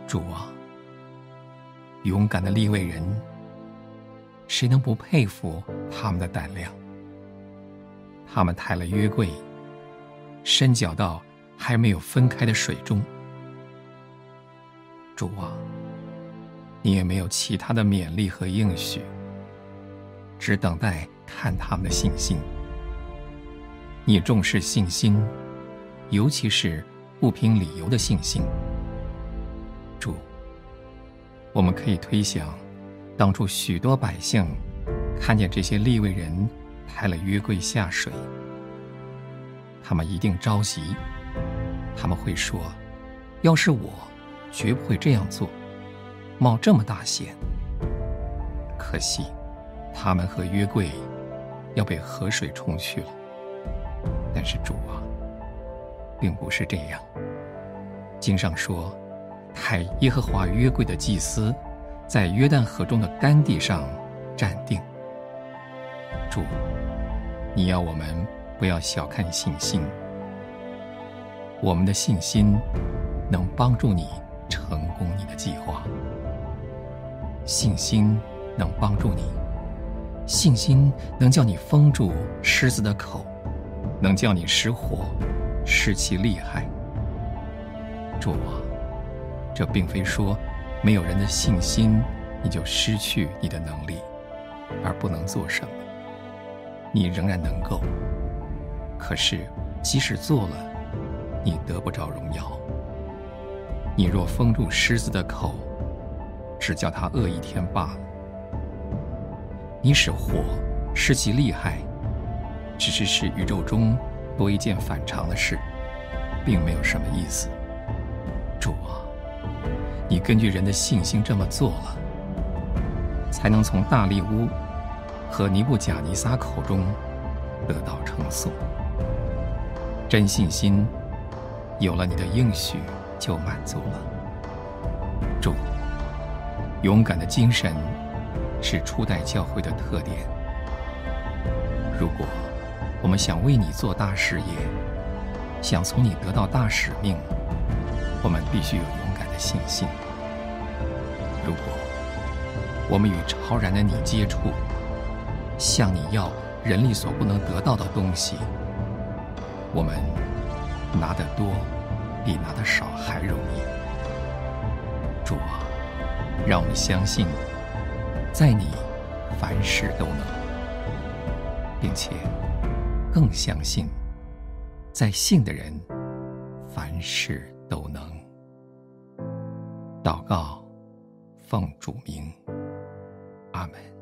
主啊，勇敢的利未人，谁能不佩服他们的胆量？他们抬了约柜，伸脚到还没有分开的水中。主啊，你也没有其他的勉励和应许，只等待看他们的信心。你重视信心，尤其是不凭理由的信心。主，我们可以推想，当初许多百姓看见这些利未人抬了约柜下水，他们一定着急，他们会说，要是我，绝不会这样做，冒这么大险。可惜他们和约柜要被河水冲去了。但是主啊，并不是这样。经上说，抬耶和华约柜的祭司在约旦河中的干地上站定。主，你要我们不要小看信心，我们的信心能帮助你成功你的计划。信心能帮助你，信心能叫你封住狮子的口，能叫你失火，失其厉害。主啊，这并非说没有人的信心，你就失去你的能力，而不能做什么。你仍然能够，可是即使做了，你得不着荣耀。你若封住狮子的口，只叫它饿一天罢了。你使火失其厉害，只是使宇宙中多一件反常的事，并没有什么意思。主啊，你根据人的信心这么做了，才能从大利乌和尼布甲尼撒口中得到称颂。真信心有了你的应许就满足了。主，勇敢的精神是初代教会的特点。如果我们想为你做大事业，想从你得到大使命，我们必须有勇敢的信心。如果我们与超然的你接触，向你要人力所不能得到的东西，我们拿得多比拿得少还容易。主啊，让我们相信，在你凡事都能，并且更相信，在信的人凡事都能。祷告，奉主名，阿们。